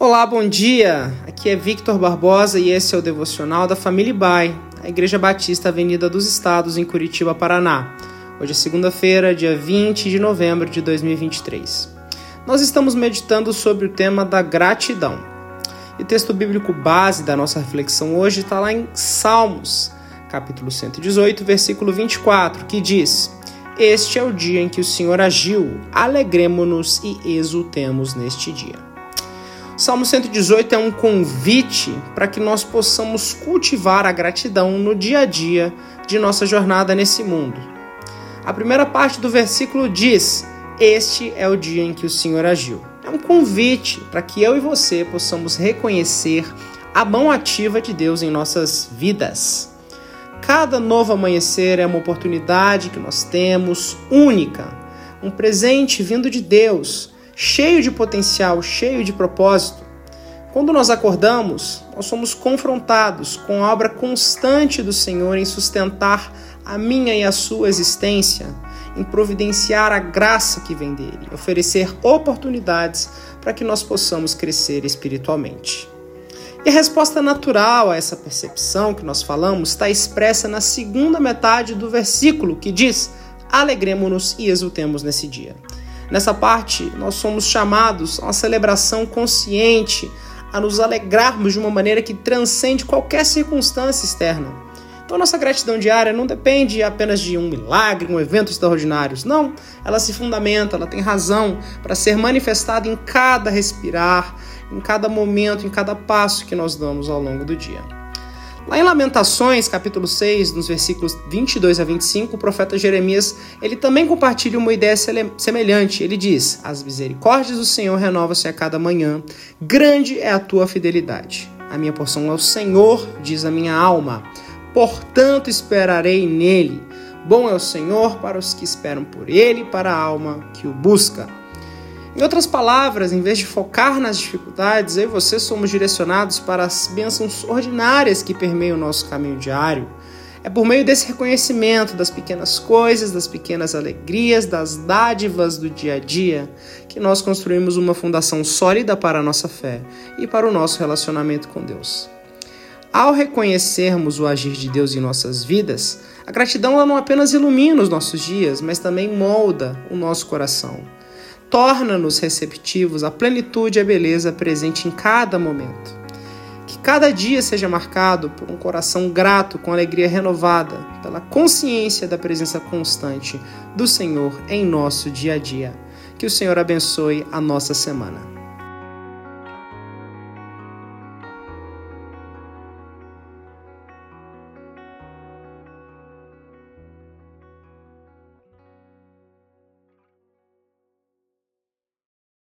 Olá, bom dia! Aqui é Victor Barbosa e esse é o Devocional da Família Bai, a Igreja Batista Avenida dos Estados, em Curitiba, Paraná. Hoje é segunda-feira, dia 20 de novembro de 2023. Nós estamos meditando sobre o tema da gratidão. E o texto bíblico base da nossa reflexão hoje está lá em Salmos, capítulo 118, versículo 24, que diz: Este é o dia em que o Senhor agiu, alegremo-nos e exultemos neste dia. O Salmo 118 é um convite para que nós possamos cultivar a gratidão no dia a dia de nossa jornada nesse mundo. A primeira parte do versículo diz: Este é o dia em que o Senhor agiu. É um convite para que eu e você possamos reconhecer a mão ativa de Deus em nossas vidas. Cada novo amanhecer é uma oportunidade que nós temos, única, um presente vindo de Deus, cheio de potencial, cheio de propósito. Quando nós acordamos, nós somos confrontados com a obra constante do Senhor em sustentar a minha e a sua existência, em providenciar a graça que vem dele, oferecer oportunidades para que nós possamos crescer espiritualmente. E a resposta natural a essa percepção que nós falamos está expressa na segunda metade do versículo, que diz: Alegremo-nos e exultemos nesse dia. Nessa parte, nós somos chamados a uma celebração consciente, a nos alegrarmos de uma maneira que transcende qualquer circunstância externa. Então, nossa gratidão diária não depende apenas de um milagre, um evento extraordinário. Não, ela se fundamenta, ela tem razão para ser manifestada em cada respirar, em cada momento, em cada passo que nós damos ao longo do dia. Lá em Lamentações, capítulo 6, nos versículos 22 a 25, o profeta Jeremias, ele também compartilha uma ideia semelhante. Ele diz: As misericórdias do Senhor renovam-se a cada manhã, grande é a tua fidelidade. A minha porção é o Senhor, diz a minha alma, portanto esperarei nele. Bom é o Senhor para os que esperam por ele, para a alma que o busca. Em outras palavras, em vez de focar nas dificuldades, eu e você somos direcionados para as bênçãos ordinárias que permeiam o nosso caminho diário. É por meio desse reconhecimento das pequenas coisas, das pequenas alegrias, das dádivas do dia a dia, que nós construímos uma fundação sólida para a nossa fé e para o nosso relacionamento com Deus. Ao reconhecermos o agir de Deus em nossas vidas, a gratidão ela não apenas ilumina os nossos dias, mas também molda o nosso coração. Torna-nos receptivos à plenitude e à beleza presente em cada momento. Que cada dia seja marcado por um coração grato, com alegria renovada, pela consciência da presença constante do Senhor em nosso dia a dia. Que o Senhor abençoe a nossa semana.